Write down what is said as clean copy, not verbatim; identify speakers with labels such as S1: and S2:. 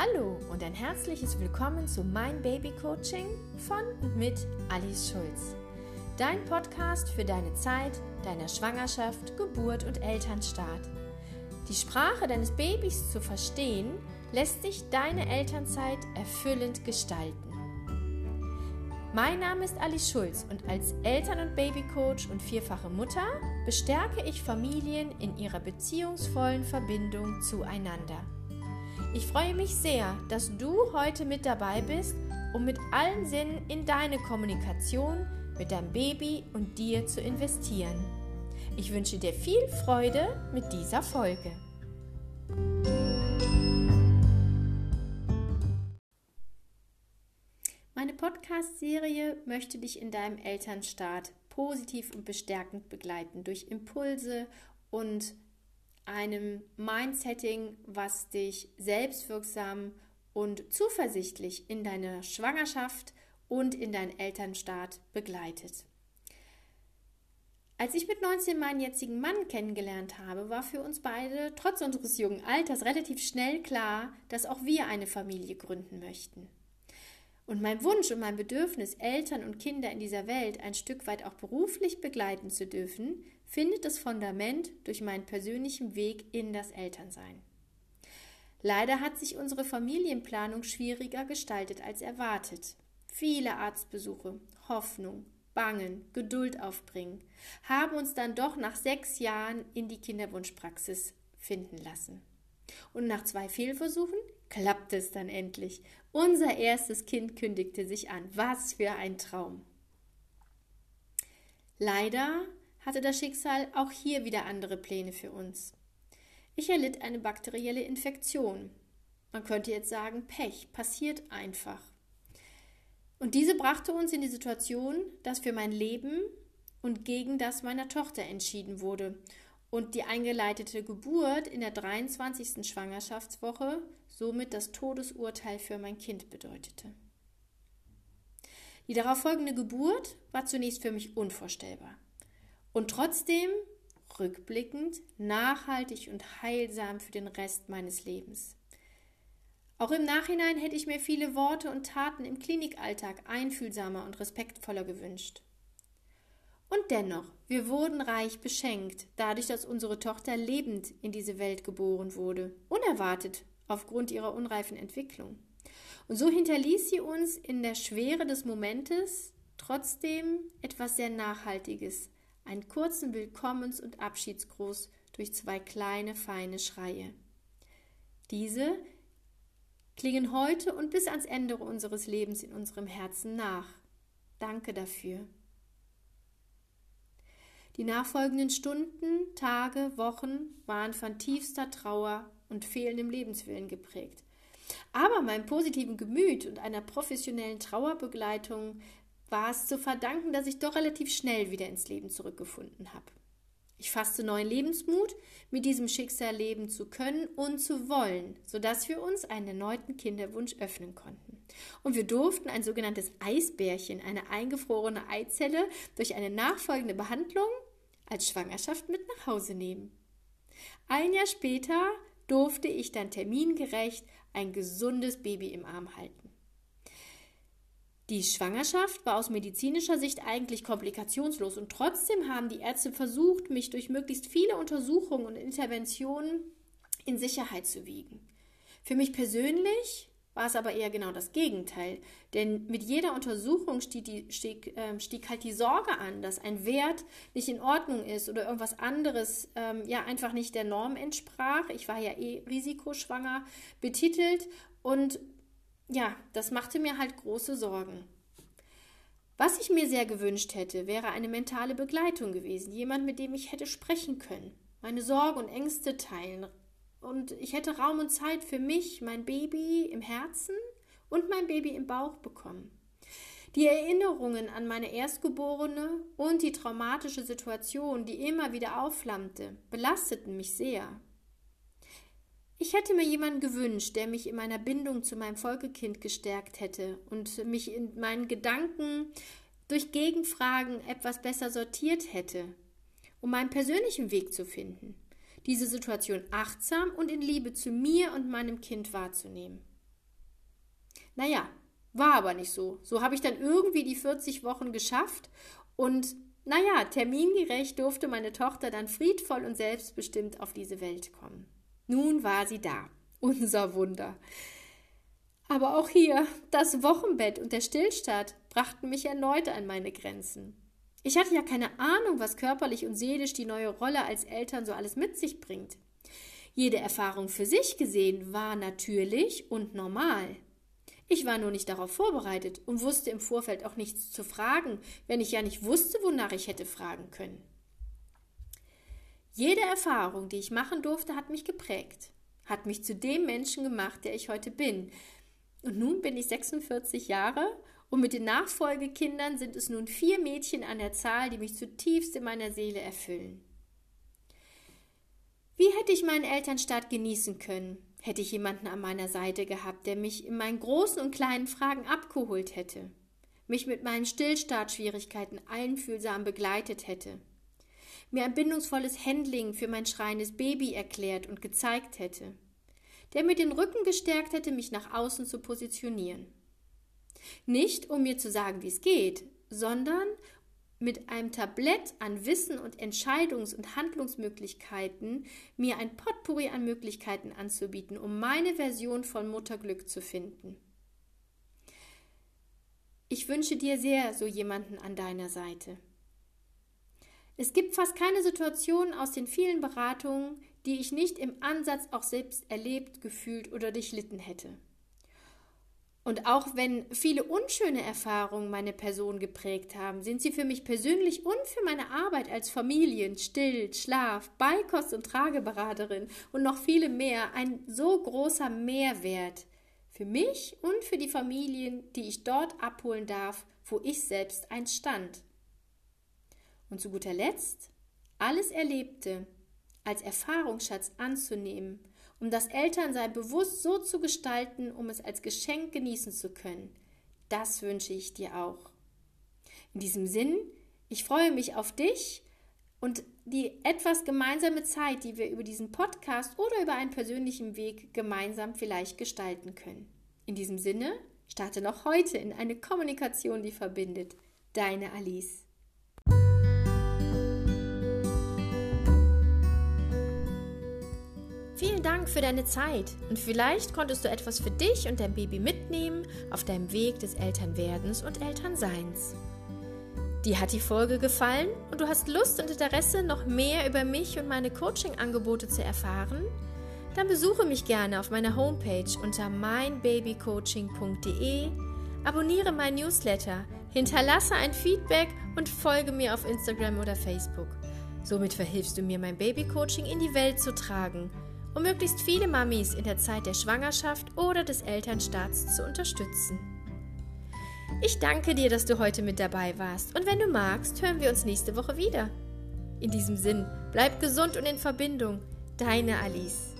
S1: Hallo und ein herzliches Willkommen zu Mein Baby Coaching von und mit Alice Schulz. Dein Podcast für deine Zeit, deiner Schwangerschaft, Geburt und Elternstart. Die Sprache deines Babys zu verstehen, lässt dich deine Elternzeit erfüllend gestalten. Mein Name ist Alice Schulz und als Eltern- und Babycoach und vierfache Mutter bestärke ich Familien in ihrer beziehungsvollen Verbindung zueinander. Ich freue mich sehr, dass du heute mit dabei bist, um mit allen Sinnen in deine Kommunikation mit deinem Baby und dir zu investieren. Ich wünsche dir viel Freude mit dieser Folge. Meine Podcast-Serie möchte dich in deinem Elternstart positiv und bestärkend begleiten durch Impulse und einem Mindsetting, was dich selbstwirksam und zuversichtlich in deiner Schwangerschaft und in deinen Elternstart begleitet. Als ich mit 19 meinen jetzigen Mann kennengelernt habe, war für uns beide trotz unseres jungen Alters relativ schnell klar, dass auch wir eine Familie gründen möchten. Und mein Wunsch und mein Bedürfnis, Eltern und Kinder in dieser Welt ein Stück weit auch beruflich begleiten zu dürfen, findet das Fundament durch meinen persönlichen Weg in das Elternsein. Leider hat sich unsere Familienplanung schwieriger gestaltet als erwartet. Viele Arztbesuche, Hoffnung, Bangen, Geduld aufbringen, haben uns dann doch nach 6 Jahren in die Kinderwunschpraxis finden lassen. Und nach 2 Fehlversuchen klappte es dann endlich. Unser erstes Kind kündigte sich an. Was für ein Traum! Leider hatte das Schicksal auch hier wieder andere Pläne für uns. Ich erlitt eine bakterielle Infektion. Man könnte jetzt sagen, Pech, passiert einfach. Und diese brachte uns in die Situation, dass für mein Leben und gegen das meiner Tochter entschieden wurde und die eingeleitete Geburt in der 23. Schwangerschaftswoche somit das Todesurteil für mein Kind bedeutete. Die darauffolgende Geburt war zunächst für mich unvorstellbar und trotzdem rückblickend nachhaltig und heilsam für den Rest meines Lebens. Auch im Nachhinein hätte ich mir viele Worte und Taten im Klinikalltag einfühlsamer und respektvoller gewünscht. Und dennoch, wir wurden reich beschenkt, dadurch, dass unsere Tochter lebend in diese Welt geboren wurde, unerwartet aufgrund ihrer unreifen Entwicklung. Und so hinterließ sie uns in der Schwere des Momentes trotzdem etwas sehr Nachhaltiges, einen kurzen Willkommens- und Abschiedsgruß durch 2 kleine, feine Schreie. Diese klingen heute und bis ans Ende unseres Lebens in unserem Herzen nach. Danke dafür. Die nachfolgenden Stunden, Tage, Wochen waren von tiefster Trauer und fehlendem Lebenswillen geprägt. Aber meinem positiven Gemüt und einer professionellen Trauerbegleitung war es zu verdanken, dass ich doch relativ schnell wieder ins Leben zurückgefunden habe. Ich fasste neuen Lebensmut, mit diesem Schicksal leben zu können und zu wollen, sodass wir uns einen erneuten Kinderwunsch öffnen konnten. Und wir durften ein sogenanntes Eisbärchen, eine eingefrorene Eizelle, durch eine nachfolgende Behandlung als Schwangerschaft mit nach Hause nehmen. 1 Jahr später durfte ich dann termingerecht ein gesundes Baby im Arm halten. Die Schwangerschaft war aus medizinischer Sicht eigentlich komplikationslos und trotzdem haben die Ärzte versucht, mich durch möglichst viele Untersuchungen und Interventionen in Sicherheit zu wiegen. Für mich persönlich war es aber eher genau das Gegenteil, denn mit jeder Untersuchung stieg halt die Sorge an, dass ein Wert nicht in Ordnung ist oder irgendwas anderes einfach nicht der Norm entsprach. Ich war ja risikoschwanger betitelt und ja, das machte mir halt große Sorgen. Was ich mir sehr gewünscht hätte, wäre eine mentale Begleitung gewesen. Jemand, mit dem ich hätte sprechen können, meine Sorgen und Ängste teilen. Und ich hätte Raum und Zeit für mich, mein Baby im Herzen und mein Baby im Bauch bekommen. Die Erinnerungen an meine Erstgeborene und die traumatische Situation, die immer wieder aufflammte, belasteten mich sehr. Ich hätte mir jemanden gewünscht, der mich in meiner Bindung zu meinem Folgekind gestärkt hätte und mich in meinen Gedanken durch Gegenfragen etwas besser sortiert hätte, um meinen persönlichen Weg zu finden, diese Situation achtsam und in Liebe zu mir und meinem Kind wahrzunehmen. Naja, war aber nicht so. So habe ich dann irgendwie die 40 Wochen geschafft und naja, termingerecht durfte meine Tochter dann friedvoll und selbstbestimmt auf diese Welt kommen. Nun war sie da, unser Wunder. Aber auch hier, das Wochenbett und der Stillstand brachten mich erneut an meine Grenzen. Ich hatte ja keine Ahnung, was körperlich und seelisch die neue Rolle als Eltern so alles mit sich bringt. Jede Erfahrung für sich gesehen war natürlich und normal. Ich war nur nicht darauf vorbereitet und wusste im Vorfeld auch nichts zu fragen, wenn ich ja nicht wusste, wonach ich hätte fragen können. Jede Erfahrung, die ich machen durfte, hat mich geprägt, hat mich zu dem Menschen gemacht, der ich heute bin. Und nun bin ich 46 Jahre und mit den Nachfolgekindern sind es nun 4 Mädchen an der Zahl, die mich zutiefst in meiner Seele erfüllen. Wie hätte ich meinen Elternstart genießen können? Hätte ich jemanden an meiner Seite gehabt, der mich in meinen großen und kleinen Fragen abgeholt hätte, mich mit meinen Stillstartschwierigkeiten einfühlsam begleitet hätte, mir ein bindungsvolles Handling für mein schreiendes Baby erklärt und gezeigt hätte, der mir den Rücken gestärkt hätte, mich nach außen zu positionieren. Nicht, um mir zu sagen, wie es geht, sondern mit einem Tablett an Wissen und Entscheidungs- und Handlungsmöglichkeiten mir ein Potpourri an Möglichkeiten anzubieten, um meine Version von Mutterglück zu finden. Ich wünsche dir sehr so jemanden an deiner Seite. Es gibt fast keine Situation aus den vielen Beratungen, die ich nicht im Ansatz auch selbst erlebt, gefühlt oder durchlitten hätte. Und auch wenn viele unschöne Erfahrungen meine Person geprägt haben, sind sie für mich persönlich und für meine Arbeit als Familien-, Still-, Schlaf-, Beikost- und Trageberaterin und noch viele mehr ein so großer Mehrwert für mich und für die Familien, die ich dort abholen darf, wo ich selbst einst stand. Und zu guter Letzt, alles Erlebte als Erfahrungsschatz anzunehmen, um das Elternsein bewusst so zu gestalten, um es als Geschenk genießen zu können. Das wünsche ich dir auch. In diesem Sinn, ich freue mich auf dich und die etwas gemeinsame Zeit, die wir über diesen Podcast oder über einen persönlichen Weg gemeinsam vielleicht gestalten können. In diesem Sinne, starte noch heute in eine Kommunikation, die verbindet. Deine Alice. Vielen Dank für deine Zeit und vielleicht konntest du etwas für dich und dein Baby mitnehmen auf deinem Weg des Elternwerdens und Elternseins. Dir hat die Folge gefallen und du hast Lust und Interesse, noch mehr über mich und meine Coaching-Angebote zu erfahren? Dann besuche mich gerne auf meiner Homepage unter meinbabycoaching.de, abonniere mein Newsletter, hinterlasse ein Feedback und folge mir auf Instagram oder Facebook. Somit verhilfst du mir, mein Babycoaching in die Welt zu tragen, um möglichst viele Mamis in der Zeit der Schwangerschaft oder des Elternstarts zu unterstützen. Ich danke dir, dass du heute mit dabei warst und wenn du magst, hören wir uns nächste Woche wieder. In diesem Sinn, bleib gesund und in Verbindung. Deine Alice.